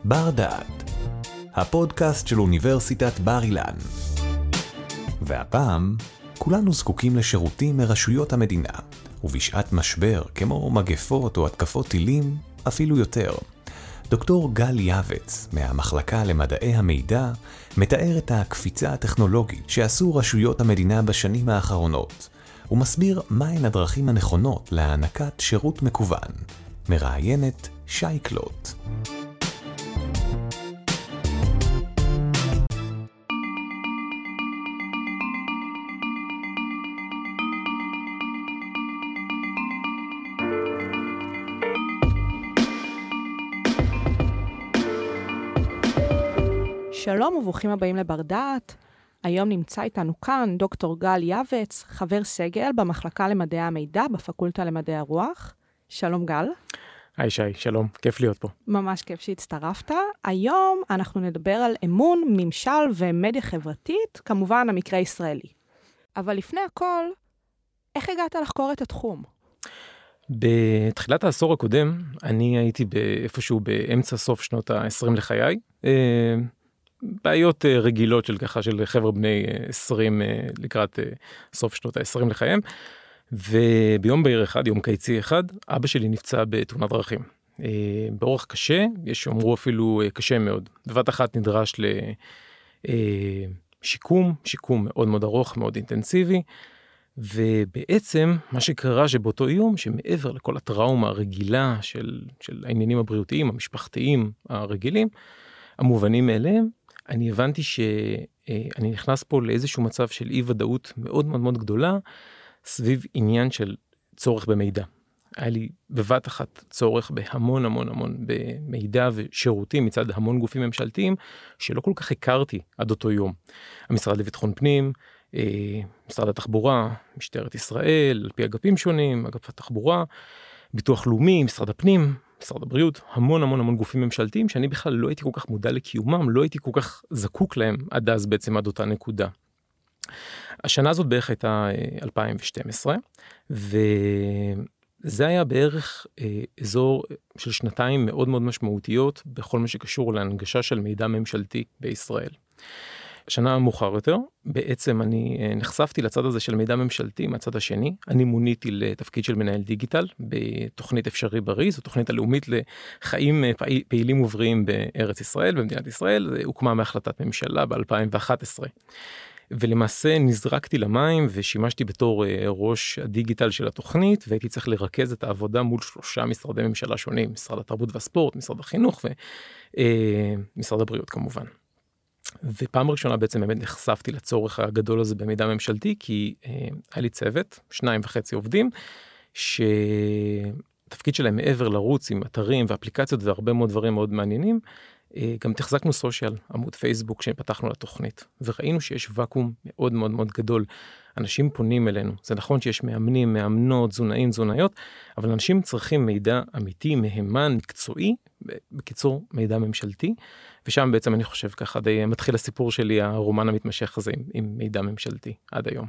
בר דעת, הפודקאסט של אוניברסיטת בר אילן. והפעם, כולנו זקוקים לשירותים מרשויות המדינה, ובשעת משבר, כמו מגפות או התקפות טילים, אפילו יותר. דוקטור גל יעבץ, מהמחלקה למדעי המידע, מתאר את הקפיצה הטכנולוגית שעשו רשויות המדינה בשנים האחרונות, ומסביר מהן הדרכים הנכונות להענקת שירות מקוון. מראיינת שי קלוט. שלום וברוכים הבאים לבר דעת. היום נמצא איתנו כאן דוקטור גל יעבץ, חבר סגל במחלקה למדעי המידע בפקולטה למדעי הרוח. שלום גל. היי שי, שלום, כיף להיות פה. ממש כיף שהצטרפת. היום אנחנו נדבר על אמון, ממשל ומדיה חברתית, כמובן המקרה הישראלי. אבל לפני הכל, איך הגעת לחקור את התחום? בתחילת העשור הקודם, אני הייתי איפשהו באמצע סוף שנות ה-20 לחיי, בעיות רגילות של ככה של חבר'ה בני 20 לקראת סוף שנות ה-20 לחייהם, וביום בהיר אחד, יום קיצי אחד, אבא שלי נפצע בתאונת דרכים. באורח קשה, יש שאומרו אפילו קשה מאוד. בבת אחת נדרש לשיקום, שיקום מאוד מאוד ארוך, מאוד אינטנסיבי, ובעצם מה שקרה שבאותו יום, שמעבר לכל הטראומה הרגילה של העניינים הבריאותיים, המשפחתיים הרגילים, המובנים מאליהם, אני הבנתי שאני נכנס פה לאיזשהו מצב של אי ודאות מאוד מאוד מאוד גדולה, סביב עניין של צורך במידע. היה לי בבת אחת צורך בהמון המון המון במידע ושירותים מצד המון גופים ממשלתיים, שלא כל כך הכרתי עד אותו יום. המשרד לביטחון פנים, משרד התחבורה, משטרת ישראל, על פי אגפים שונים, אגף התחבורה, ביטוח לאומי, משרד הפנים, משרד הבריאות, המון המון המון גופים ממשלתיים, שאני בכלל לא הייתי כל כך מודע לקיומם, לא הייתי כל כך זקוק להם עד אז בעצם עד אותה נקודה. השנה הזאת בערך הייתה 2012, וזה היה בערך אזור של שנתיים מאוד מאוד משמעותיות, בכל מה שקשור להנגשה של מידע ממשלתי בישראל. שנה מאוחר יותר, בעצם אני נחשפתי לצד הזה של מידע ממשלתי מהצד השני. אני מוניתי לתפקיד של מנהל דיגיטל בתוכנית אפשרי בריא, זו תוכנית הלאומית לחיים פעילים ובריאים בארץ ישראל, במדינת ישראל. זה הוקמה מהחלטת ממשלה ב-2011. ולמעשה נזרקתי למים ושימשתי בתור ראש הדיגיטל של התוכנית, והייתי צריך לרכז את העבודה מול 3 משרדי ממשלה שונים, משרד התרבות והספורט, משרד החינוך ומשרד הבריאות כמובן. ופעם ראשונה בעצם באמת נחשפתי לצורך הגדול הזה במידע ממשלתי, כי היה לי צוות, 2.5 עובדים, שתפקיד שלהם מעבר לרוץ עם אתרים ואפליקציות והרבה מאוד דברים מאוד מעניינים, גם תחזקנו סושיאל, עמוד פייסבוק שפתחנו לתוכנית, וראינו שיש ואקום מאוד מאוד מאוד גדול. אנשים פונים אלינו, זה נכון שיש מאמנים, מאמנות, תזונאים, תזונאיות, אבל אנשים צריכים מידע אמיתי, מהימן, מקצועי, בקיצור מידע ממשלתי, ושם בעצם אני חושב ככה די מתחיל הסיפור שלי, הרומן המתמשך הזה עם מידע ממשלתי עד היום.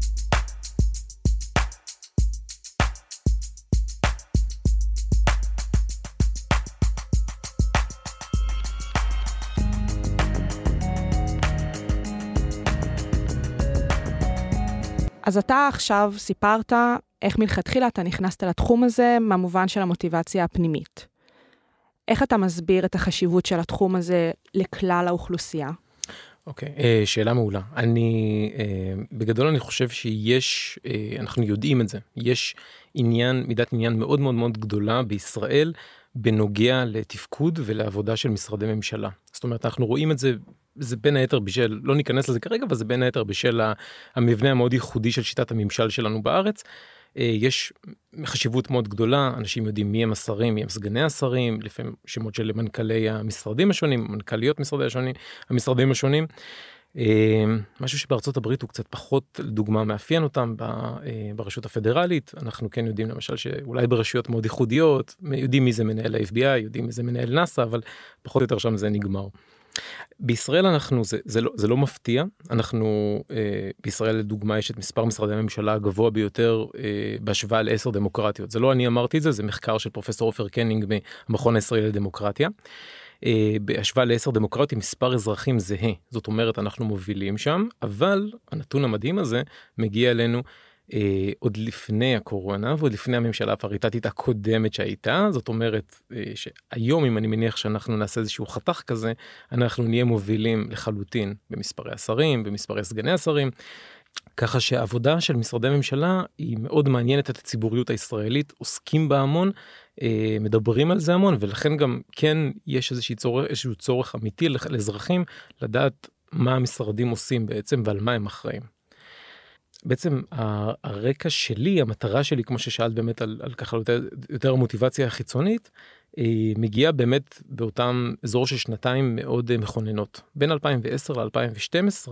אז אתה עכשיו סיפרת איך מלכתחילה אתה נכנסת לתחום הזה מהמובן של המוטיבציה הפנימית. איך אתה מסביר את החשיבות של התחום הזה לכלל האוכלוסייה? אוקיי, שאלה מעולה. בגדול אני חושב שיש, אנחנו יודעים את זה, יש מידת עניין מאוד מאוד מאוד גדולה בישראל, בנוגע לתפקוד ולעבודה של משרדי ממשלה. זאת אומרת, אנחנו רואים את זה, זה בין היתר בשל, לא ניכנס לזה כרגע, אבל זה בין היתר בשל המבנה המאוד ייחודי של שיטת הממשל שלנו בארץ. יש חשיבות מאוד גדולה, אנשים יודעים מי הם השרים, מי הם סגני השרים, לפעמים שמות של מנכ"לי המשרדים השונים, מנכ"ליות המשרדים השונים. משהו שבארצות הברית הוא קצת פחות, לדוגמה, מאפיין אותם ברשות הפדרלית. אנחנו כן יודעים למשל שאולי ברשויות מאוד ייחודיות, יודעים מי זה מנהל ה-FBI, יודעים מי זה מנהל נאס"א, אבל פחות או יותר שם זה נגמר. בישראל זה לא מפתיע, בישראל לדוגמה יש את מספר משרדי הממשלה הגבוה ביותר בהשוואה ל10 דמוקרטיות. זה לא אני אמרתי את זה, זה מחקר של פרופסור עופר קנינג במכון הישראלי לדמוקרטיה. בהשוואה ל10 דמוקרטים, מספר אזרחים זהה. זאת אומרת, אנחנו מובילים שם, אבל הנתון המדהים הזה מגיע אלינו עוד לפני הקורונה, ועוד לפני הממשלה הפריטטית הקודמת שהייתה. זאת אומרת, שהיום, אם אני מניח שאנחנו נעשה איזשהו חתך כזה, אנחנו נהיה מובילים לחלוטין במספרי השרים, במספרי סגני השרים, ככה שהעבודה של משרדי ממשלה היא מאוד מעניינת את הציבוריות הישראלית, עוסקים בה המון, מדברים על זה המון, ולכן גם כן יש איזשהו צורך אמיתי לאזרחים לדעת מה המשרדים עושים בעצם ועל מה הם אחראים. בעצם הרקע שלי, המטרה שלי, כמו ששאלת באמת על ככה יותר המוטיבציה החיצונית, מגיעה באמת באותם אזור של שנתיים מאוד מכוננות. בין 2010 ל-2012,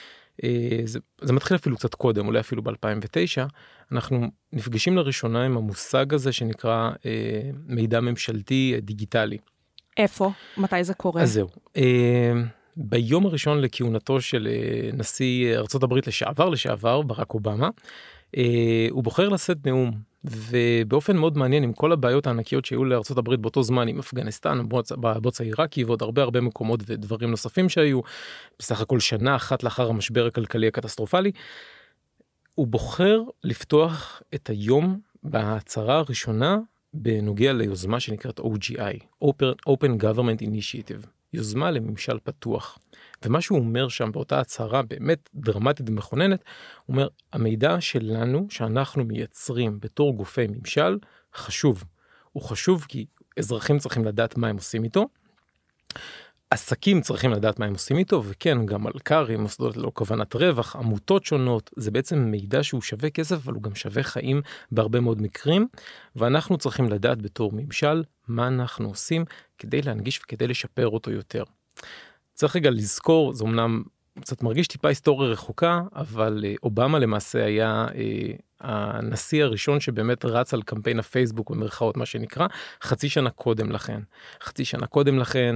זה מתחיל אפילו קצת קודם, אולי אפילו ב-2009, אנחנו נפגשים לראשונה עם המושג הזה שנקרא מידע ממשלתי דיגיטלי. איפה? מתי זה קורה? אז זהו. ביום הראשון לכהונתו של נשיא ארצות הברית לשעבר, ברק אובמה, הוא בוחר לשאת נאום, ובאופן מאוד מעניין עם כל הבעיות הענקיות שהיו לארצות הברית באותו זמן, עם אפגניסטן, הבוץ העיראקי ועוד הרבה מקומות ודברים נוספים שהיו, בסך הכל שנה אחת לאחר המשבר הכלכלי הקטסטרופלי, הוא בוחר לפתוח את היום בהצהרה הראשונה בנוגע ליוזמה שנקראת OGI, Open Government Initiative. יוזמה לממשל פתוח. ומה שהוא אומר שם באותה הצהרה באמת דרמטית ומכוננת, הוא אומר, המידע שלנו שאנחנו מייצרים בתור גופי ממשל חשוב. הוא חשוב כי אזרחים צריכים לדעת מה הם עושים איתו, עסקים צריכים לדעת מה הם עושים איתו, וכן, גם מלכ"רים, מוסדות ללא כוונת רווח, עמותות שונות, זה בעצם מידע שהוא שווה כסף, אבל הוא גם שווה חיים בהרבה מאוד מקרים, ואנחנו צריכים לדעת בתור ממשל מה אנחנו עושים כדי להנגיש וכדי לשפר אותו יותר. צריך רגע לזכור, זה אמנם קצת מרגיש טיפה היסטוריה רחוקה, אבל אובמה למעשה היה הנשיא הראשון שבאמת רץ על קמפיין הפייסבוק במרכאות מה שנקרא, חצי שנה קודם לכן,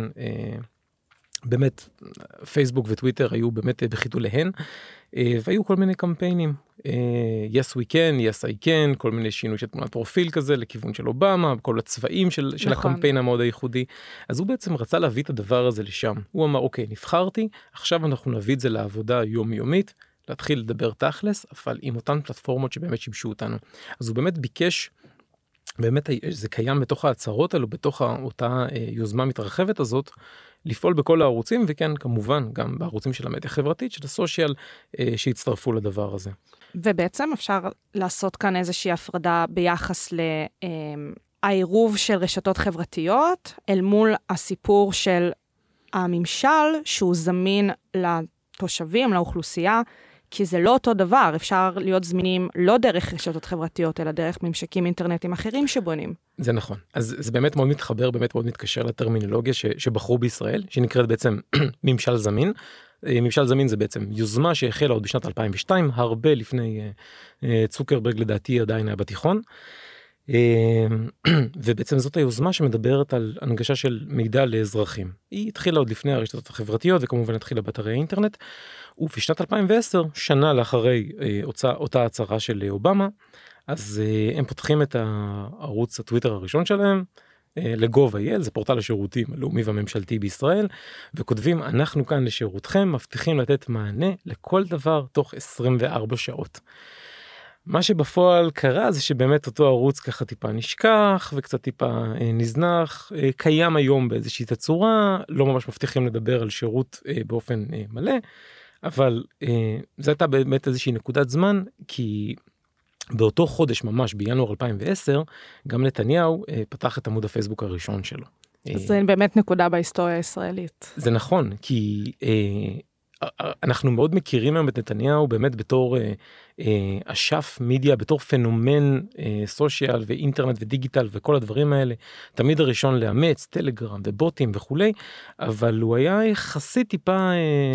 באמת פייסבוק וטוויטר היו באמת בחיתוליהן, והיו כל מיני קמפיינים, yes we can, yes I can, כל מיני שינוי של תמונת פרופיל כזה לכיוון של אובמה, כל הצבעים של הקמפיין המאוד הייחודי, אז הוא בעצם רצה להביא את הדבר הזה לשם, הוא אמר אוקיי נבחרתי, עכשיו אנחנו נביא את זה לעבודה יומיומית, להתחיל לדבר תכלס, אבל עם אותן פלטפורמות שבאמת שימשו אותנו, אז הוא באמת ביקש, באמת זה קיים בתוך ההצהרות האלו, בתוך אותה יוזמה מתרחבת הזאת, לפעול בכל הערוצים, וכן, כמובן, גם בערוצים של המדיה החברתית, של הסושיאל, שהצטרפו לדבר הזה. ובעצם אפשר לעשות כאן איזושהי הפרדה ביחס העירוב של רשתות חברתיות, אל מול הסיפור של הממשל, שהוא זמין לתושבים, לאוכלוסייה, כי זה לא אותו דבר, אפשר להיות זמינים לא דרך רשתות חברתיות, אלא דרך ממשקים אינטרנטיים אחרים שבונים. זה נכון. אז זה באמת מאוד מתחבר, באמת מאוד מתקשר לטרמינולוגיה שבחרו בישראל, שנקראת בעצם ממשל זמין. ממשל זמין זה בעצם יוזמה שהחלה עוד בשנת 2002, הרבה לפני צוקרברג לדעתי עדיין היה בתיכון. ובעצם זאת היוזמה שמדברת על הנגשה של מידע לאזרחים. היא התחילה עוד לפני הרשתות החברתיות, וכמובן התחילה באתרי האינטרנט, ובשנת 2010, שנה לאחרי אותה הצהרה של אובמה, אז הם פותחים את הערוץ הטוויטר הראשון שלהם, לגוב.il, זה פורטל השירותים הלאומי והממשלתי בישראל, וכותבים, אנחנו כאן לשירותכם, מבטיחים לתת מענה לכל דבר תוך 24 שעות. מה שבפועל קרה זה שבאמת אותו ערוץ ככה טיפה נשכח וקצת טיפה נזנח, קיים היום באיזושהי תצורה, לא ממש מבטיחים לדבר על שירות באופן מלא, אבל זו הייתה באמת איזושהי נקודת זמן, כי באותו חודש ממש בינואר 2010, גם נתניהו פתח את עמוד הפייסבוק הראשון שלו. זה באמת נקודה בהיסטוריה הישראלית. זה נכון, כי אנחנו מאוד מכירים היום את נתניהו באמת בתור אשף מידיה, בתור פנומן סושיאל ואינטרנט ודיגיטל וכל הדברים האלה, תמיד הראשון לאמץ, טלגרם ובוטים וכולי, אבל הוא היה יחסית טיפה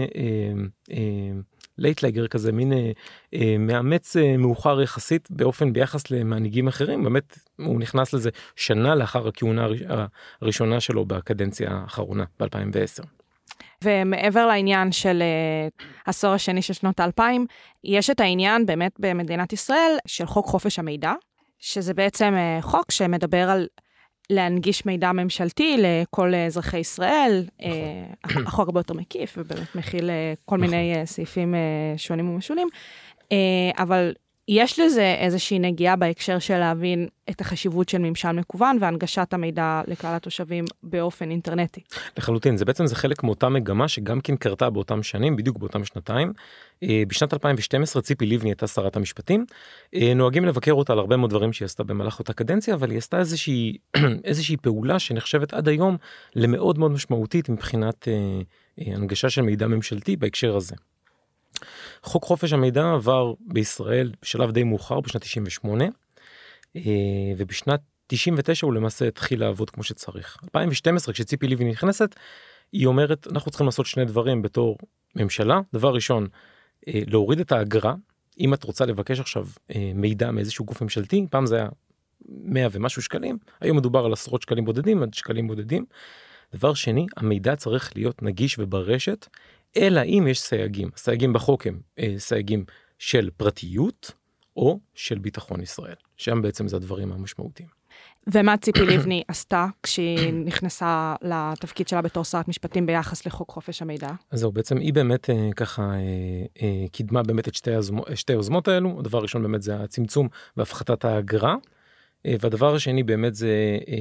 לייטלייגר כזה, מין מאמץ מאוחר יחסית באופן ביחס למנהיגים אחרים, באמת הוא נכנס לזה שנה לאחר הכהונה הראשונה שלו בקדנציה האחרונה ב-2010. ומעבר לעניין של העשור השני של שנות ה-2000, יש את העניין באמת במדינת ישראל של חוק חופש המידע, שזה בעצם חוק שמדבר על להנגיש מידע ממשלתי לכל אזרחי ישראל, החוק הרבה יותר מקיף, ובאמת מכיל כל מיני סעיפים שונים ומשונים, אבל יש לזה איזושהי נגיעה בהקשר של להבין את החשיבות של ממשל מקוון והנגשת המידע לכלל התושבים באופן אינטרנטי. לחלוטין, זה חלק מאותה מגמה שגם כן קרתה באותם שנים, בדיוק באותם שנתיים. בשנת 2012 ציפי לבני הייתה שרת המשפטים, נוהגים לבקר אותה על הרבה מאוד דברים שהיא עשתה במהלך אותה קדנציה, אבל היא עשתה איזושהי פעולה שנחשבת עד היום למאוד מאוד משמעותית מבחינת הנגשה של מידע ממשלתי בהקשר הזה. חוק חופש המידע עבר בישראל בשלב די מאוחר, בשנת 98, ובשנת 99 הוא למעשה התחיל לעבוד כמו שצריך. 2012, כשציפי לבני נכנסת, היא אומרת, אנחנו צריכים לעשות שני דברים בתור ממשלה. דבר ראשון, להוריד את האגרה. אם את רוצה לבקש עכשיו מידע מאיזשהו גוף ממשלתי, פעם זה היה 100 ומשהו שקלים, היום מדובר על עשרות שקלים בודדים, עד שקלים בודדים. דבר שני, המידע צריך להיות נגיש וברשת, אלא אם יש סייגים. הסייגים בחוק הם סייגים של פרטיות או של ביטחון ישראל. שם בעצם זה הדברים המשמעותיים. ומה ציפי לבני עשתה כשהיא נכנסה לתפקיד שלה בתור שרת משפטים ביחס לחוק חופש המידע? אז זהו, בעצם היא באמת ככה קידמה באמת את שתי היוזמות האלו. הדבר הראשון באמת זה הצמצום והפחתת האגרה. והדבר השני באמת זה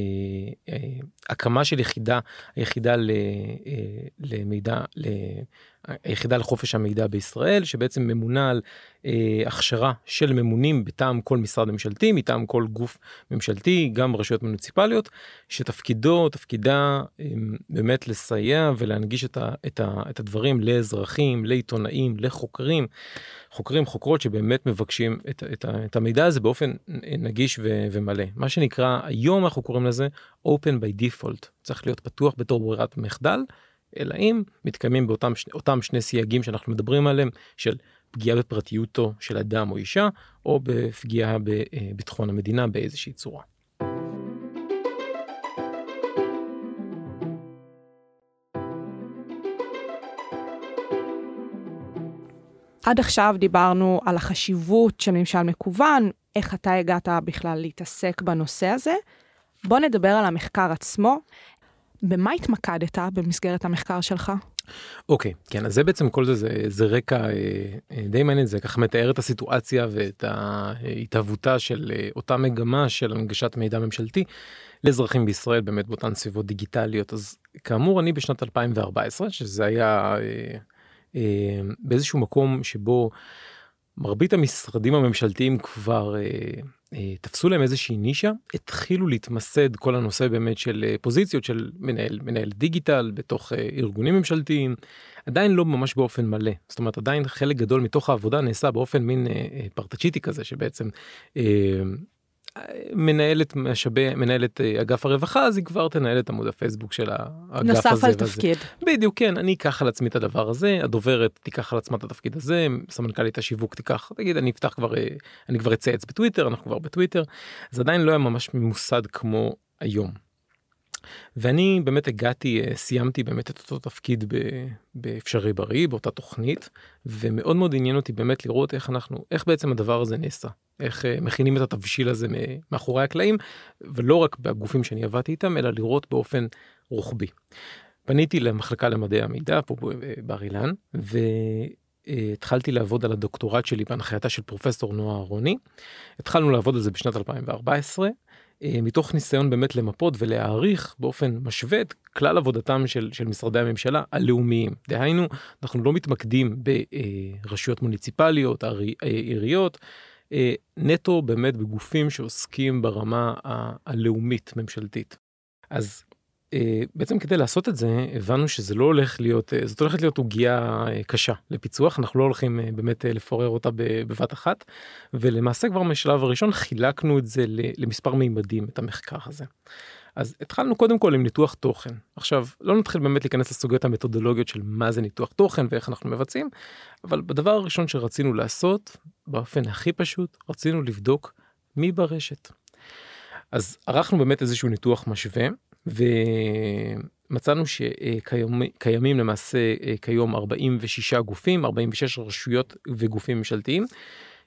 הקמה של היחידה למידע, היחידה לחופש המידע בישראל, שבעצם ממונה על הכשרה של ממונים בטעם כל משרד ממשלתי, מטעם כל גוף ממשלתי, גם רשויות מוניציפליות, תפקידה באמת לסייע ולהנגיש את הדברים לאזרחים, לעיתונאים, לחוקרים, חוקרות שבאמת מבקשים את המידע הזה באופן נגיש ומלא. מה שנקרא, היום אנחנו קוראים לזה open by default, צריך להיות פתוח בתור ברירת מחדל, אלא אם מתקיימים באותם שני סייגים שאנחנו מדברים עליהם, של פגיעה בפרטיותו של אדם או אישה, או בפגיעה בביטחון המדינה באיזושהי צורה. עד עכשיו דיברנו על החשיבות של ממשל מקוון, איך אתה הגעת בכלל להתעסק בנושא הזה. בוא נדבר על המחקר עצמו. במה התמקדת במסגרת המחקר שלך? אוקיי, כן, אז זה בעצם כל זה רקע די מעניין, זה ככה מתאר את הסיטואציה ואת ההתהוותה של אותה מגמה של הנגשת מידע ממשלתי לאזרחים בישראל, באמת באותן סביבות דיגיטליות. אז כאמור, אני בשנת 2014, שזה היה באיזשהו מקום שבו מרבית המשרדים הממשלתיים כבר תפסו להם איזושהי נישה, התחילו להתמסד כל הנושא באמת של פוזיציות של מנהל דיגיטל בתוך ארגונים ממשלתיים, עדיין לא ממש באופן מלא, זאת אומרת עדיין חלק גדול מתוך העבודה נעשה באופן מין פרטצ'יטי כזה, שבעצם מנהלת אגף הרווחה, אז היא כבר תנהל את עמוד הפייסבוק של האגף הזה. נוסף על תפקיד. בדיוק, כן, אני אקח על עצמי את הדבר הזה, הדוברת תיקח על עצמה את התפקיד הזה, סמנכ"לית השיווק תיקח, תגיד, אני כבר אצייץ בטוויטר, אנחנו כבר בטוויטר, אז עדיין לא היה ממש ממוסד כמו היום. ואני באמת סיימתי באמת את אותו תפקיד באפשרי בריא, באותה תוכנית, ומאוד מאוד עניין אותי באמת לראות איך בעצם הדבר הזה נעשה, איך מכינים את התבשיל הזה מאחורי הקלעים, ולא רק בגופים שאני עבדתי איתם, אלא לראות באופן רוחבי. פניתי למחלקה למדעי המידע פה בר אילן, והתחלתי לעבוד על הדוקטורט שלי בהנחייתה של פרופסור נועה אהרוני. התחלנו לעבוד על זה בשנת 2014, מתוך ניסיון באמת למפות ולהעריך באופן משווה את כלל עבודתם של משרדי הממשלה הלאומיים. דהיינו, אנחנו לא מתמקדים ברשויות מוניציפליות, עיריות, נטו באמת בגופים שעוסקים ברמה הלאומית ממשלתית. אז בעצם כדי לעשות את זה, הבנו שזה לא הולך להיות, זאת הולכת להיות עוגיה קשה לפיצוח, אנחנו לא הולכים באמת לפורר אותה בבת אחת, ולמעשה כבר משלב הראשון חילקנו את זה למספר מימדים, את המחקר הזה. אז התחלנו קודם כל עם ניתוח תוכן. עכשיו, לא נתחיל באמת להיכנס לסוגיות המתודולוגיות של מה זה ניתוח תוכן ואיך אנחנו מבצעים, אבל בדבר הראשון שרצינו לעשות, באופן הכי פשוט, רצינו לבדוק מי ברשת. אז ערכנו באמת איזשהו ניתוח משווה, ומצאנו שקיימים למעשה כיום 46 גופים, 46 רשויות וגופים ממשלתיים,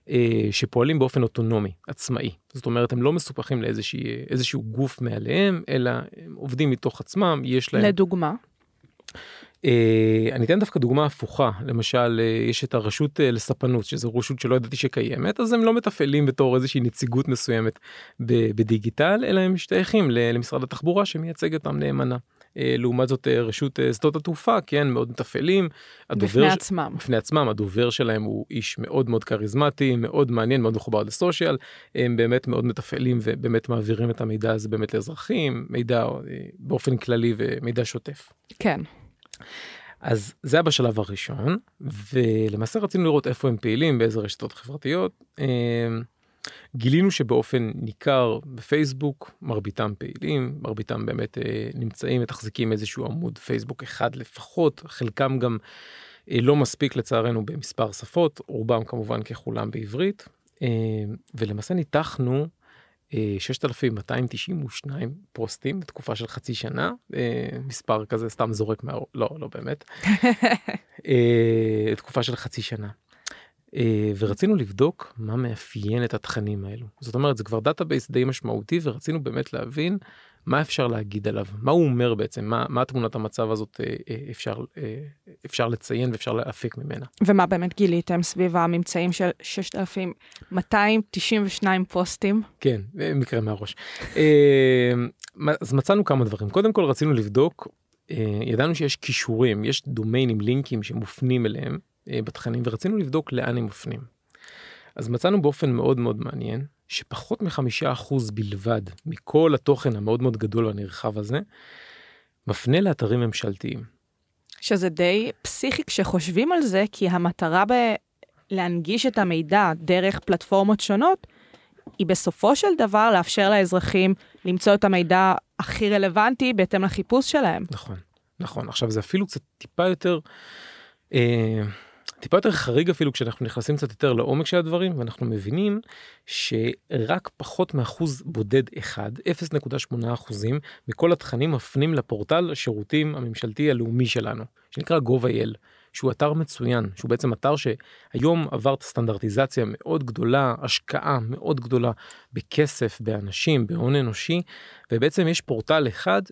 שפועלים באופן אוטונומי, עצמאי. זאת אומרת, הם לא מסופחים לאיזשהו גוף מעליהם, אלא הם עובדים מתוך עצמם, יש להם... לדוגמה? אני אתן דווקא דוגמה הפוכה, למשל, יש את הרשות לספנות, שזו רשות שלא ידעתי שקיימת, אז הם לא מתפעלים בתור איזושהי נציגות מסוימת בדיגיטל, אלא הם משתייכים למשרד התחבורה שמייצג אותם נאמנה. לעומת זאת רשות שדות התעופה, כן, מאוד מתפעלים. בפני עצמם, הדובר שלהם הוא איש מאוד מאוד קריזמטי, מאוד מעניין, מאוד מחובר לסושיאל, הם באמת מאוד מתפעלים ובאמת מעבירים את המידע הזה באמת לאזרחים, מידע באופן כללי ומידע שוטף. כן. אז זה היה בשלב הראשון, ולמעשה רצינו לראות איפה הם פעילים, באיזה רשתות חברתיות. גילינו שבאופן ניכר בפייסבוק, מרביתם פעילים, מרביתם באמת נמצאים, מתחזיקים איזשהו עמוד פייסבוק אחד לפחות, חלקם גם לא מספיק לצערנו במספר שפות, רובם כמובן ככולם בעברית, ולמעשה ניתחנו 6,292 פוסטים בתקופה של חצי שנה, מספר כזה סתם זורק לא באמת, תקופה של חצי שנה. ורצינו לבדוק מה מאפיין את התכנים האלו. זאת אומרת, זה כבר דאטאבייס די משמעותי, ורצינו באמת להבין מה אפשר להגיד עליו, מה הוא אומר בעצם, מה תמונת המצב הזאת אפשר לציין ואפשר להפיק ממנה. ומה באמת גיליתם סביב הממצאים של 6,292 פוסטים? כן, מקרה מהראש. אז מצאנו כמה דברים. קודם כל רצינו לבדוק, ידענו שיש קישורים, יש דומיינים, לינקים שמופנים אליהם, בתכנים, ורצינו לבדוק לאן הם מופנים. אז מצאנו באופן מאוד מאוד מעניין, שפחות מ5% בלבד, מכל התוכן המאוד מאוד גדול והנרחב הזה, מפנה לאתרים ממשלתיים. שזה די פסיכי כשחושבים על זה, כי המטרה להנגיש את המידע דרך פלטפורמות שונות, היא בסופו של דבר לאפשר לאזרחים למצוא את המידע הכי רלוונטי בהתאם לחיפוש שלהם. נכון, נכון. עכשיו זה אפילו קצת טיפה יותר חריג אפילו כשאנחנו נכנסים קצת יותר לעומק של הדברים, ואנחנו מבינים שרק פחות מאחוז בודד אחד, 0.8% מכל התכנים מפנים לפורטל השירותים הממשלתי הלאומי שלנו, שנקרא gov.il, שהוא אתר מצוין, שהוא בעצם אתר שהיום עבר את הסטנדרטיזציה מאוד גדולה, השקעה מאוד גדולה בכסף, באנשים, בהון אנושי, ובעצם יש פורטל אחד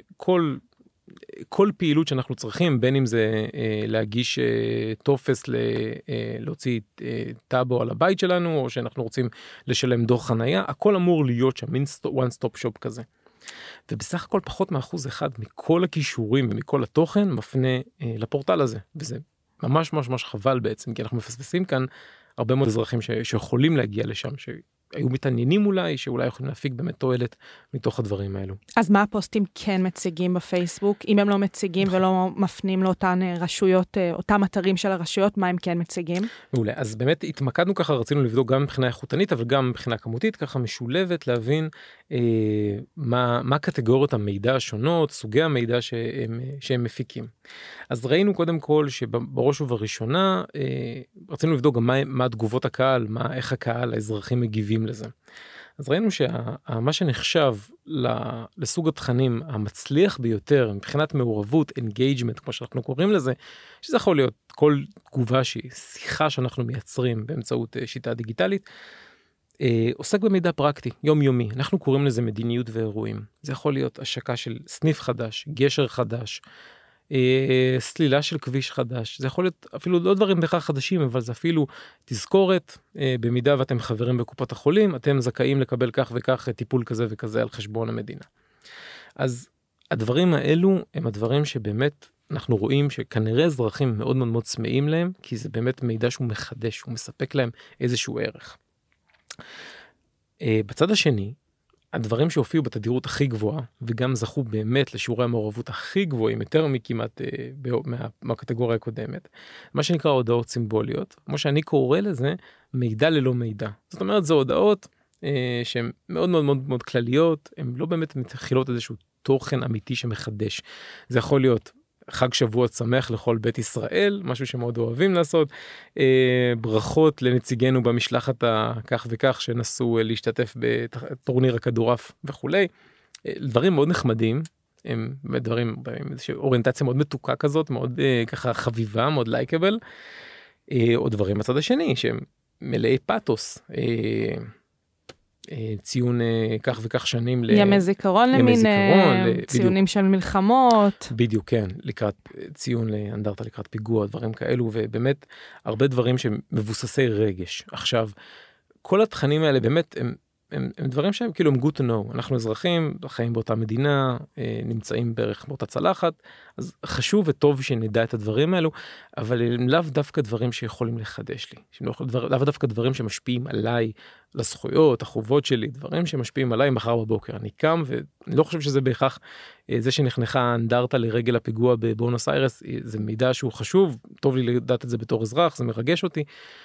כל פעילות שאנחנו צריכים, בין אם זה להגיש טופס, להוציא טאבו על הבית שלנו, או שאנחנו רוצים לשלם דוח חנייה, הכל אמור להיות שם, מין one stop shop כזה. ובסך הכל פחות מאחוז אחד מכל הכישורים ומכל התוכן מפנה לפורטל הזה, וזה ממש ממש ממש חבל בעצם, כי אנחנו מפספסים כאן הרבה מאוד אזרחים שיכולים להגיע לשם, היו מתעניינים אולי, שאולי יכולים להפיק באמת תועלת מתוך הדברים האלו. אז מה הפוסטים כן מציגים בפייסבוק? אם הם לא מציגים ולא מפנים לאותן רשויות, אותם אתרים של הרשויות, מה הם כן מציגים? מעולה. אז באמת התמקדנו ככה, רצינו לבדוק גם מבחינה איכותנית, אבל גם מבחינה כמותית, ככה משולבת להבין מה קטגוריות המידע השונות, סוגי המידע שהם מפיקים. אז ראינו קודם כל שבראש ובראשונה, רצינו לבדוק גם מה תגובות הקהל, איך הקהל, האזרחים מגיבים לזה. אז ראינו שמה שנחשב לסוג התכנים המצליח ביותר, מבחינת מעורבות, engagement, כמו שאנחנו קוראים לזה, שזה יכול להיות כל תגובה שהיא שיחה שאנחנו מייצרים באמצעות שיטה דיגיטלית, עוסק במידע פרקטי, יומיומי. אנחנו קוראים לזה מדיניות ואירועים. זה יכול להיות השקה של סניף חדש, גשר חדש, סלילה של כביש חדש. זה יכול להיות אפילו לא דברים בכך חדשים, אבל זה אפילו תזכורת, במידה ואתם חברים בקופת החולים, אתם זכאים לקבל כך וכך טיפול כזה וכזה על חשבון המדינה. אז הדברים האלו הם הדברים שבאמת אנחנו רואים שכנראה אזרחים מאוד מאוד מאוד צמאים להם, כי זה באמת מידע שהוא מחדש, הוא מספק להם איזשהו ערך. בצד השני, הדברים שהופיעו בתדירות הכי גבוהה, וגם זכו באמת לשיעורי המעורבות הכי גבוהים, יותר מכמעט מהקטגוריה הקודמת, מה שנקרא הודעות סימבוליות, כמו שאני קורא לזה, מידע ללא מידע. זאת אומרת, זה הודעות שהן מאוד מאוד מאוד מאוד כלליות, הן לא באמת מתחילות איזשהו תוכן אמיתי שמחדש. זה יכול להיות חג שבועות שמח לכל בית ישראל, משהו שמאוד אוהבים לעשות, ברכות לנציגנו במשלחת כך וכך שנסו להשתתף בטורניר הכדורעף וכולי, דברים מאוד נחמדים, הם דברים, אוריינטציה מאוד מתוקה כזאת, מאוד ככה חביבה, מאוד לייקבל, או דברים בצד השני, שהם מלאי פאטוס, ציון כך וכך שנים ימי זיכרון למיניהם, ציונים של מלחמות. בדיוק, כן, לקראת ציון לאנדרטה, לקראת פיגוע, דברים כאלו, ובאמת הרבה דברים שמבוססי רגש. עכשיו, כל התכנים האלה באמת הם דברים שהם כאילו הם good to know. אנחנו אזרחים, חיים באותה מדינה, נמצאים בערך באותה צלחת, אז חשוב וטוב שנדע את הדברים האלו, אבל הם לאו דווקא דברים שיכולים לחדש לי. לאו דווקא דברים שמשפיעים עליי, לזכויות, החובות שלי, דברים שמשפיעים עליי מחר בבוקר. אני קם ואני לא חושב שזה בהכרח זה שנחנכה אנדרטה לרגל הפיגוע בבואנוס איירס, זה מידע שהוא חשוב, טוב לי לדעת את זה בתור אזרח, זה מרגש אותי.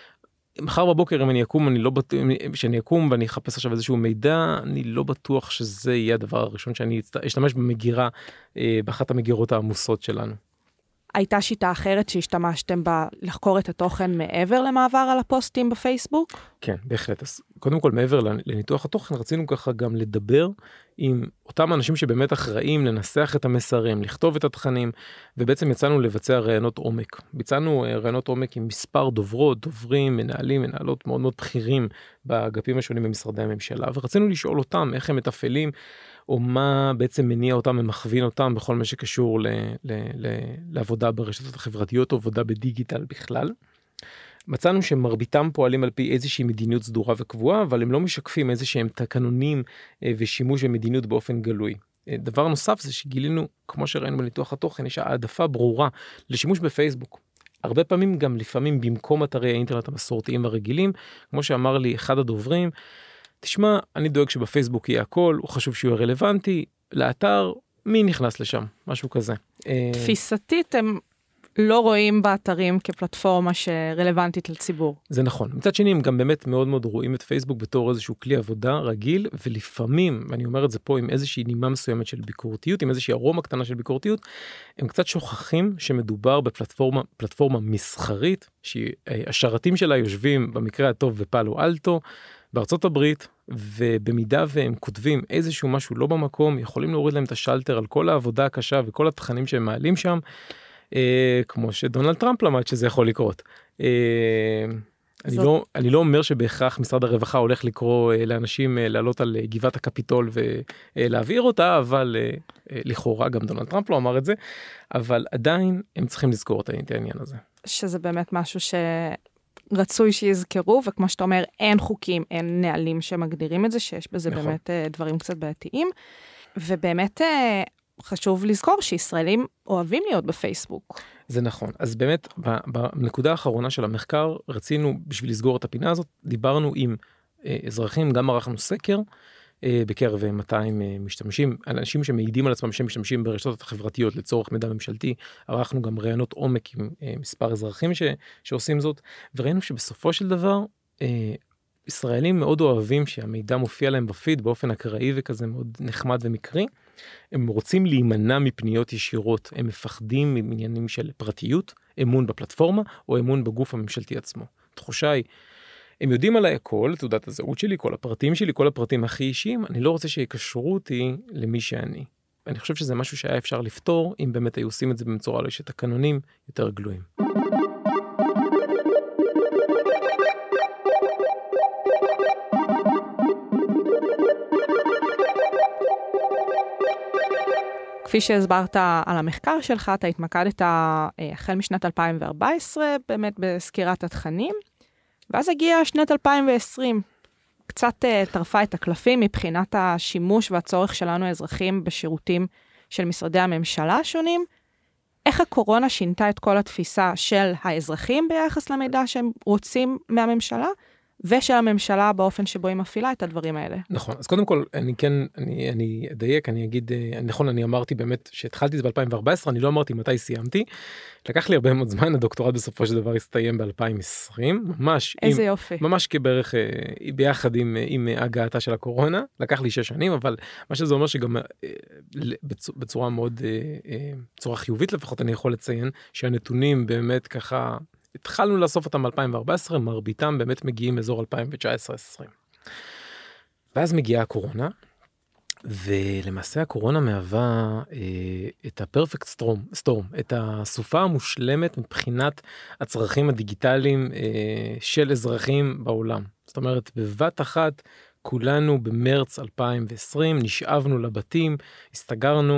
מחר בבוקר אם אני אקום, שאני אקום ואני אחפש עכשיו איזשהו מידע, אני לא בטוח שזה יהיה הדבר הראשון שאני אשתמש במגירה, באחת המגירות העמוסות שלנו. הייתה שיטה אחרת שהשתמשתם בה לחקור את התוכן מעבר למעבר על הפוסטים בפייסבוק? כן, בהחלט. אז קודם כל, מעבר לניתוח התוכן, רצינו ככה גם לדבר עם אותם אנשים שבאמת אחראים לנסח את המסרים, לכתוב את התכנים, ובעצם יצאנו לבצע רעיונות עומק. ביצענו רעיונות עומק עם מספר דוברות, דוברים, מנהלים, מנהלות מאוד מאוד בכירים באגפים השונים במשרדי הממשלה, ורצינו לשאול אותם איך הם מתפעלים, או מה בעצם מניע אותם ומכווין אותם בכל מה שקשור לעבודה ברשתות החברתיות, או עבודה בדיגיטל בכלל. מצאנו שמרביתם פועלים על פי איזושהי מדיניות סדורה וקבועה, אבל הם לא משקפים איזשהם תקנונים ושימוש במדיניות באופן גלוי. דבר נוסף זה שגילינו, כמו שראינו בניתוח התוכן, יש העדפה ברורה לשימוש בפייסבוק. הרבה פעמים גם לפעמים במקום אתרי האינטרנט המסורתיים הרגילים, כמו שאמר לי אחד הדוברים, תשמע, אני דואג שבפייסבוק יהיה הכל, הוא חשוב שהוא רלוונטי, לאתר, מי נכנס לשם? משהו כזה. תפיסתית הם לא רואים באתרים כפלטפורמה שרלוונטית לציבור. זה נכון. מצד שני, הם גם באמת מאוד מאוד רואים את פייסבוק בתור איזשהו כלי עבודה רגיל, ולפעמים, ואני אומר את זה פה עם איזושהי נימה מסוימת של ביקורתיות, עם איזושהי ארומה קטנה של ביקורתיות, הם קצת שוכחים שמדובר בפלטפורמה מסחרית, שהשרתים שלה יושבים במקרה הטוב בפאלו אלטו, בארצות הברית, ובמידה והם כותבים איזשהו משהו לא במקום, יכולים להוריד להם את השלטר על כל העבודה הקשה וכל התכנים שהם מעלים שם, כמו שדונלד טראמפ למד שזה יכול לקרות. אני לא אומר שבהכרח משרד הרווחה הולך לקרוא לאנשים לעלות על גבעת הקפיטול ולהעביר אותה, אבל לכאורה גם דונלד טראמפ לא אמר את זה, אבל עדיין הם צריכים לזכור את העניין הזה. שזה באמת משהו רצוי שיזכרו, וכמו שאתה אומר, אין חוקים, אין נהלים שמגדירים את זה, שיש בזה נכון. באמת דברים קצת בעייתיים, ובאמת חשוב לזכור שישראלים אוהבים להיות בפייסבוק. זה נכון. אז באמת, בנקודה האחרונה של המחקר, רצינו, בשביל לסגור את הפינה הזאת, דיברנו עם אזרחים, גם ערכנו סקר, בקרב 200 משתמשים, אנשים שמעידים על עצמם שהם משתמשים ברשתות החברתיות לצורך מידע ממשלתי, ערכנו גם רעיונות עומק עם מספר אזרחים שעושים זאת, וראינו שבסופו של דבר, ישראלים מאוד אוהבים שהמידע מופיע להם בפיד באופן אקראי וכזה מאוד נחמד ומקרי, הם רוצים להימנע מפניות ישירות, הם מפחדים מעניינים של פרטיות, אמון בפלטפורמה או אמון בגוף הממשלתי עצמו. תחושה היא, הם יודעים עליי הכל, תעודת הזהות שלי, כל הפרטים שלי, כל הפרטים הכי אישיים, אני לא רוצה שיקשרו אותי למי שאני. אני חושב שזה משהו שהיה אפשר לפתור, אם באמת היו עושים את זה בצורה שתקנונים יותר גלויים. כפי שהסברת על המחקר שלך, אתה התמקדת החל משנת 2014, באמת בסקירת התכנים, ואז הגיעה שנת 2020, קצת טרפה את הקלפים מבחינת השימוש והצורך שלנו האזרחים בשירותים של משרדי הממשלה השונים. איך הקורונה שינתה את כל התפיסה של האזרחים ביחס למידע שהם רוצים מהממשלה, ושל הממשלה באופן שבו היא מפעילה את הדברים האלה. נכון, אז קודם כל, אני אדייק, אני אגיד, נכון, אני אמרתי באמת שהתחלתי את זה ב-2014, אני לא אמרתי מתי סיימתי, לקח לי הרבה מאוד זמן, הדוקטורט בסופו של דבר הסתיים ב-2020, ממש, איזה יופי. ממש כבערך ביחד עם הגעתה של הקורונה, לקח לי 6 שנים, אבל מה שזה אומר שגם בצורה מאוד, בצורה חיובית לפחות, אני יכול לציין שהנתונים באמת ככה, התחלנו לאסוף אותם ב-2014, מרביתם באמת מגיעים אזור 2019-2020. ואז מגיעה הקורונה, ולמעשה הקורונה מהווה את הפרפקט סטורם, את הסופה המושלמת מבחינת הצרכים הדיגיטליים של אזרחים בעולם. זאת אומרת, בבת אחת כולנו במרץ 2020 נשאבנו לבתים, הסתגרנו,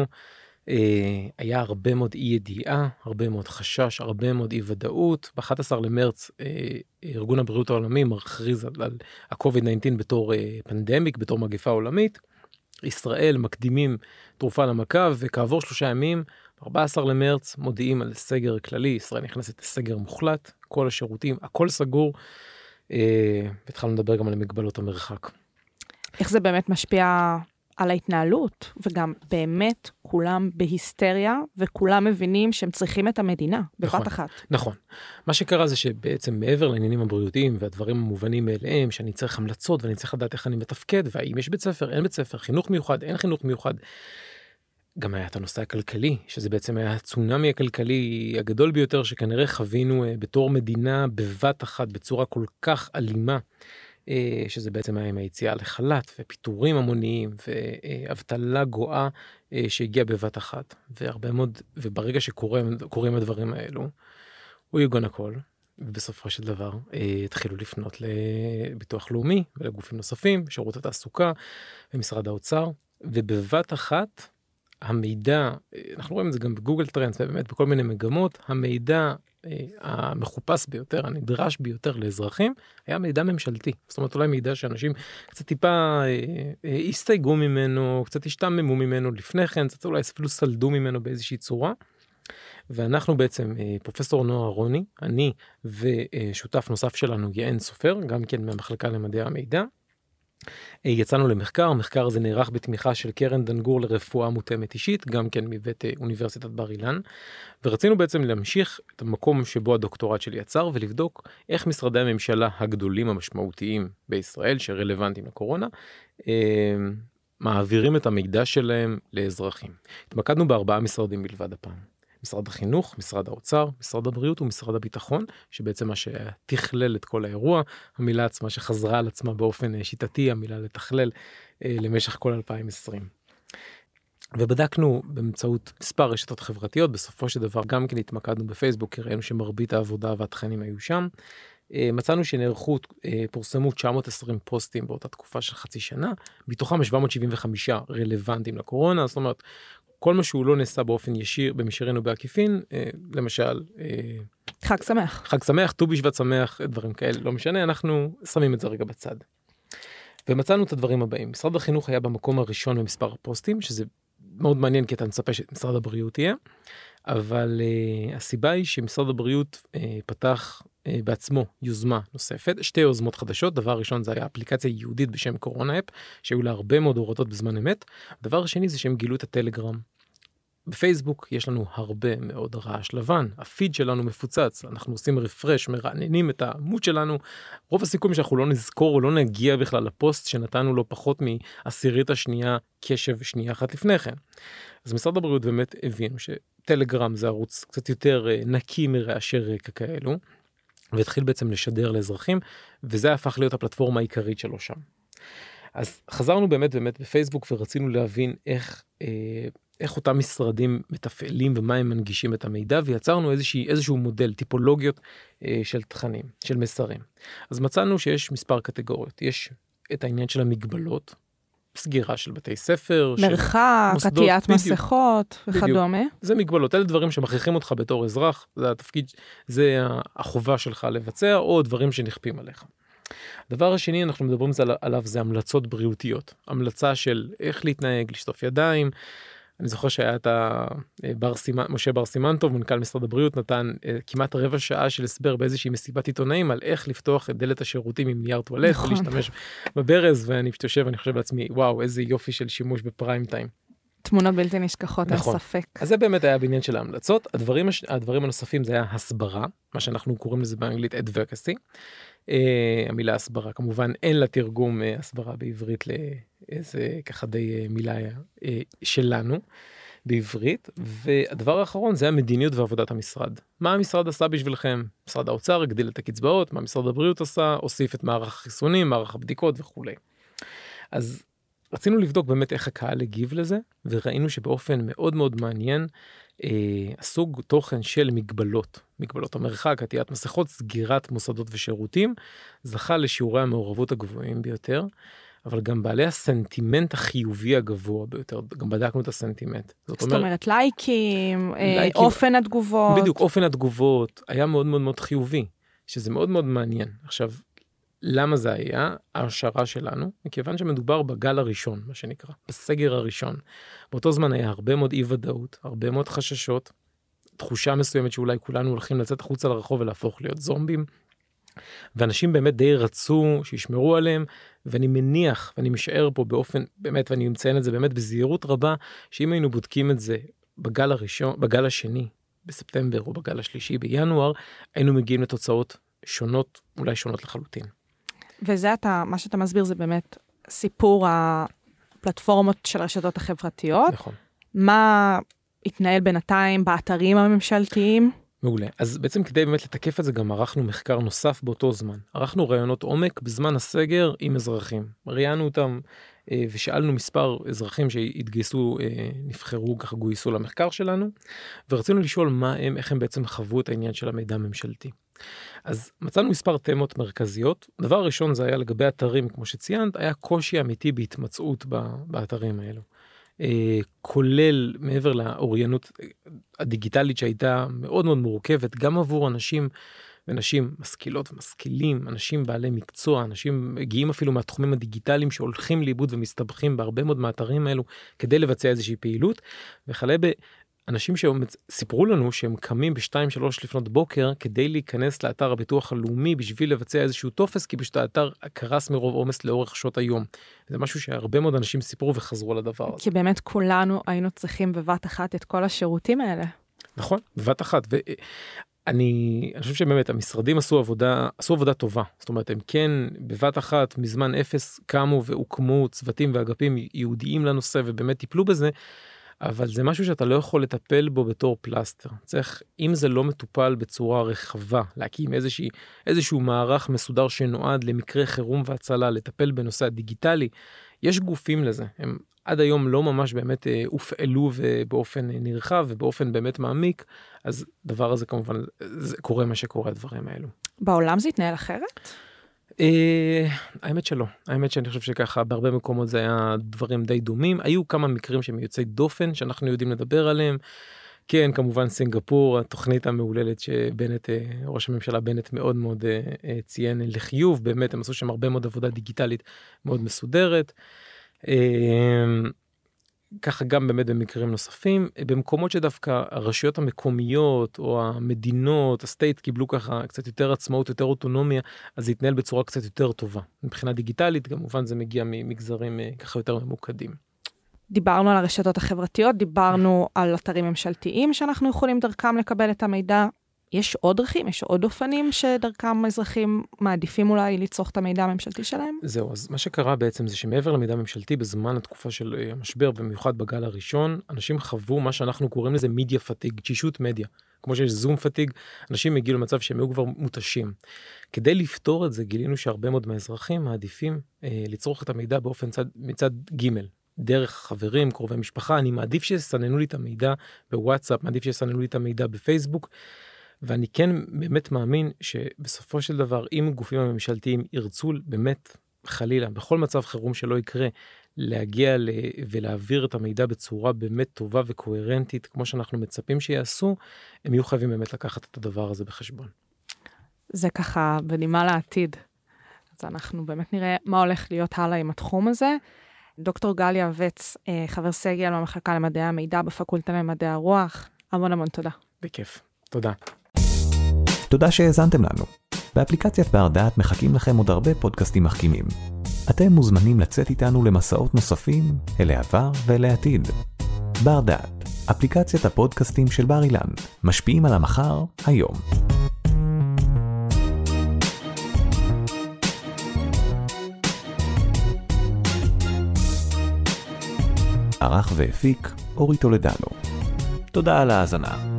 היה הרבה מאוד אי ידיעה, הרבה מאוד חשש, הרבה מאוד אי ודאות. ב-11 למרץ ארגון הבריאות העולמי מכריז על ה-COVID-19 בתור פנדמיק, בתור מגפה עולמית. ישראל מקדימים תרופה למכה, וכעבור 3 ימים, 14 למרץ, מודיעים על סגר כללי, ישראל נכנסת לסגר מוחלט, כל השירותים, הכל סגור, והתחלנו לדבר גם על מגבלות המרחק. איך זה באמת משפיע על ההתנהלות, וגם באמת כולם בהיסטריה, וכולם מבינים שהם צריכים את המדינה, בבת אחת. נכון. מה שקרה זה שבעצם מעבר לעניינים הבריאותיים, והדברים המובנים מאליהם, שאני צריך המלצות, ואני צריך לדעת איך אני מתפקד, והאם יש בית ספר, אין בית ספר, חינוך מיוחד, אין חינוך מיוחד, גם היה את הנושא הכלכלי, שזה בעצם היה הצונמי הכלכלי הגדול ביותר, שכנראה חווינו בתור מדינה, בבת אחת, בצורה כל כך אלימה, שזה בעצם היה עם היציאה לחל"ת ופיטורים המוניים ואבטלה גואה שהגיעה בבת אחת, והרבה מאוד, וברגע שקוראים הדברים האלו, הוא יגון הכל, ובסופו של דבר התחילו לפנות לביטוח לאומי ולגופים נוספים, שירות התעסוקה ומשרד האוצר, ובבת אחת המידע, אנחנו רואים את זה גם בגוגל טרנדס, ובאמת בכל מיני מגמות, המידע המחופש ביותר, הנדרש ביותר לאזרחים, היה מידע ממשלתי. זאת אומרת, אולי מידע שאנשים קצת טיפה הסתייגו ממנו, קצת השתממו ממנו לפני כן, קצת אולי אפילו סלדו ממנו באיזושהי צורה. ואנחנו בעצם, פרופסור נועה רוני, אני ושותף נוסף שלנו, יען סופר, גם כן מהמחלקה למדעי המידע, יצאנו למחקר, המחקר הזה נערך בתמיכה של קרן דנגור לרפואה מותאמת אישית, גם כן מבית אוניברסיטת בר אילן, ורצינו בעצם להמשיך את המקום שבו הדוקטורט שלי יצר, ולבדוק איך משרדי הממשלה הגדולים המשמעותיים בישראל, שרלוונטיים לקורונה, מעבירים את המידע שלהם לאזרחים. התמקדנו ב4 משרדים בלבד הפעם. משרד החינוך, משרד האוצר, משרד הבריאות ומשרד הביטחון, שבעצם מה שתכלל את כל האירוע, המילה עצמה שחזרה על עצמה באופן שיטתי, המילה לתכלל למשך כל 2020. ובדקנו באמצעות מספר רשתות חברתיות, בסופו של דבר גם כן התמקדנו בפייסבוק, ראינו שמרבית העבודה והתכנים היו שם, מצאנו שנערכו, פורסמו 920 פוסטים באותה תקופה של חצי שנה, מתוכם 775 רלוונטיים לקורונה, זאת אומרת, כל מה שהוא לא נעשה באופן ישיר, במישרין או בעקיפין, למשל, חג שמח. חג שמח, ט"ו בשבט שמח, דברים כאלה, לא משנה, אנחנו שמים את זה רגע בצד. ומצאנו את הדברים הבאים. משרד החינוך היה במקום הראשון במספר הפוסטים, שזה מאוד מעניין, כי אתה מצפה שמשרד הבריאות יהיה, אבל הסיבה היא שמשרד הבריאות פתח בעצמו יוזמה נוספת, 2 יוזמות חדשות. דבר ראשון זה היה אפליקציה יהודית בשם קורונה אפ, שהיו לה הרבה מאוד הורדות בזמן אמת. הדבר השני זה שהם גילו את הטלגרם. בפייסבוק יש לנו הרבה מאוד רעש לבן, הפיד שלנו מפוצץ, אנחנו עושים רפרש, מרעננים את העמוד שלנו, רוב הסיכויים שאנחנו לא נזכור או לא נגיע בכלל לפוסט שנתנו לו פחות מעשירית השנייה קשב שנייה אחת לפני כן. אז משרד הבריאות באמת הבינו שטלגרם זה ערוץ קצת יותר נקי מרעשי רקע כאלו, והתחיל בעצם לשדר לאזרחים, וזה הפך להיות הפלטפורמה העיקרית שלו שם. אז חזרנו באמת בפייסבוק ורצינו להבין איך אותם משרדים מתפעלים ומה הם מנגישים את המידע, ויצרנו איזשהו מודל, טיפולוגיות של תכנים, של מסרים. אז מצאנו שיש מספר קטגוריות. יש את העניין של המגבלות, סגירה של בתי ספר, מרחק, עטיית מסכות וכדומה. זה מגבלות, אלה דברים שמכריחים אותך בתור אזרח, זה התפקיד, זה החובה שלך לבצע, או דברים שנכפים עליך. הדבר השני, אנחנו מדברים עליו, זה המלצות בריאותיות. המלצה של איך להתנהג, לשטוף ידיים. אני זוכר שהיה את משה בר סימן-טוב, מנכ"ל משרד הבריאות, נתן כמעט רבע שעה של הסבר באיזושהי מסיבת עיתונאים, על איך לפתוח את דלת השירותים עם נייר טואלט, ולהשתמש בברז, ואני חושב לעצמי, וואו, איזה יופי של שימוש בפריים טיים. תמונות בלתי נשכחות, אין ספק. אז זה באמת היה בעניין של ההמלצות. הדברים הנוספים זה היה הסברה, מה שאנחנו קוראים לזה באנגלית advocacy. המילה הסברה, כמובן אין לה תרגום הסברה בעברית לאיזה ככה די מילה שלנו בעברית. והדבר האחרון זה המדיניות ועבודת המשרד. מה המשרד עשה בשבילכם? משרד האוצר הגדיל את הקצבאות, מה משרד הבריאות עשה? הוסיף את מערך החיסונים, מערך הבדיקות וכו'. אז רצינו לבדוק באמת איך הקהל הגיב לזה, וראינו שבאופן מאוד מאוד מעניין, הסוג תוכן של מגבלות המרחק, עטיית מסכות, סגירת מוסדות ושירותים, זכה לשיעורי המעורבות הגבוהים ביותר, אבל גם בעלי הסנטימנט החיובי הגבוה ביותר, גם בדקנו את הסנטימנט. זאת אומרת, לייקים, אופן התגובות. בדיוק, אופן התגובות היה מאוד מאוד מאוד חיובי, שזה מאוד מאוד מעניין. עכשיו, למה זה היה? ההשערה שלנו, מכיוון שמדובר בגל הראשון, מה שנקרא, בסגר הראשון. באותו זמן היה הרבה מאוד אי ודאות, הרבה מאוד חששות, תחושה מסוימת שאולי כולנו הולכים לצאת החוצה לרחוב ולהפוך להיות זומבים, ואנשים באמת די רצו שישמרו עליהם, ואני מניח, ואני משער פה באופן, באמת, ואני מציין את זה באמת בזהירות רבה, שאם היינו בודקים את זה בגל הראשון, בגל השני, בספטמבר, או בגל השלישי, בינואר, היינו מגיעים לתוצאות שונות, אולי שונות לחלוטין. וזה מה שאתה מסביר זה באמת סיפור הפלטפורמות של הרשתות החברתיות. נכון. מה התנהל בינתיים באתרים הממשלתיים? מעולה. אז בעצם כדי באמת לתקף את זה גם ערכנו מחקר נוסף באותו זמן. ערכנו ראיונות עומק בזמן הסגר עם אזרחים. ראיינו אותם ושאלנו מספר אזרחים שהתגייסו, נבחרו, ככה גויסו למחקר שלנו, ורצינו לשאול איך הם בעצם חוו את העניין של המידע הממשלתי. אז מצאנו מספר תמות מרכזיות. דבר הראשון זה היה לגבי אתרים, כמו שציינת, היה קושי אמיתי בהתמצאות באתרים האלו. כולל מעבר לאוריינות הדיגיטלית שהייתה מאוד מאוד מורכבת, גם עבור אנשים ונשים משכילות ומשכילים, אנשים בעלי מקצוע, אנשים מגיעים אפילו מהתחומים הדיגיטליים שהולכים לאיבוד ומסתבכים בהרבה מאוד מהאתרים האלו כדי לבצע איזושהי פעילות, וכלה אנשים שסיפרו לנו שהם קמים ב-2-3 לפנות בוקר כדי להיכנס לאתר הביטוח הלאומי בשביל לבצע איזשהו טופס, כי פשוט האתר קרס מרוב עומס לאורך שעות היום. זה משהו שהרבה מאוד אנשים סיפרו וחזרו על הדבר הזה. כי באמת כולנו היינו צריכים בבת אחת את כל השירותים האלה. נכון, בבת אחת. ואני חושב שבאמת המשרדים עשו עבודה טובה. זאת אומרת, הם כן בבת אחת מזמן אפס קמו והוקמו צוותים ואגפים ייעודיים לנושא ובאמת טיפלו בזה. אבל זה משהו שאתה לא יכול לטפל בו בתור פלסטר. צריך, אם זה לא מטופל בצורה רחבה, להקים איזשהו מערך מסודר שנועד למקרה חירום והצלה, לטפל בנושא הדיגיטלי, יש גופים לזה. הם עד היום לא ממש באמת הופעלו באופן נרחב ובאופן באמת מעמיק, אז דבר הזה כמובן, זה קורה מה שקורה הדברים האלו. בעולם זה התנהל אחרת? האמת שלא. האמת שאני חושב שככה בהרבה מקומות זה היה דברים די דומים. היו כמה מקרים שהם יוצאי דופן שאנחנו יודעים לדבר עליהם. כן, כמובן סינגפור, התוכנית המעוללת שבנט, ראש הממשלה בנט מאוד מאוד ציין לחיוב. באמת הם עשו שם הרבה מאוד עבודה דיגיטלית מאוד מסודרת. ככה גם באמת במקרים נוספים, במקומות שדווקא הרשויות המקומיות או המדינות, הסטייט קיבלו ככה קצת יותר עצמאות, יותר אוטונומיה, אז זה יתנהל בצורה קצת יותר טובה. מבחינה דיגיטלית, כמובן זה מגיע ממגזרים ככה יותר ממוקדים. דיברנו על הרשתות החברתיות, דיברנו על אתרים ממשלתיים שאנחנו יכולים דרכם לקבל את המידע. יש עוד דרכים, יש עוד אופנים שדרכם אזרחים מעדיפים אולי לצרוך את המידע הממשלתי שלהם? זהו, אז מה שקרה בעצם זה שמעבר למידע הממשלתי בזמן התקופה של המשבר, במיוחד בגל הראשון, אנשים חוו מה שאנחנו קוראים לזה מדיה פטיג, תשישות מדיה. כמו שיש זום פטיג, אנשים הגיעו למצב שהם היו כבר מותשים. כדי לפתור את זה, גילינו שהרבה מאוד מהאזרחים מעדיפים לצרוך את המידע באופן מצד ג' דרך חברים, קרובי משפחה. אני מעדיף שיסננו לי את המידע בוואטסאפ, מעדיף שיסננו לי את המידע בפייסבוק, ואני כן באמת מאמין שבסופו של דבר, אם גופים הממשלתיים ירצו באמת חלילה, בכל מצב חירום שלא יקרה, להגיע ולהעביר את המידע בצורה באמת טובה וקוהרנטית, כמו שאנחנו מצפים שיעשו, הם יהיו חייבים באמת לקחת את הדבר הזה בחשבון. זה ככה בנימה לעתיד. אז אנחנו באמת נראה מה הולך להיות הלאה עם התחום הזה. דוקטור גל יעבץ, חבר סגל במחלקה למדעי המידע בפקולטה למדעי הרוח, המון תודה. בכיף. תודה. תודה שהאזנתם לנו. באפליקציית בר דעת מחכים לכם עוד הרבה פודקאסטים מחכימים. אתם מוזמנים לצאת איתנו למסעות נוספים אל העבר ואל העתיד. בר דעת, אפליקציית הפודקאסטים של בר אילן, משפיעים על המחר היום. ערך והפיק אורי טולדנו. תודה על ההאזנה.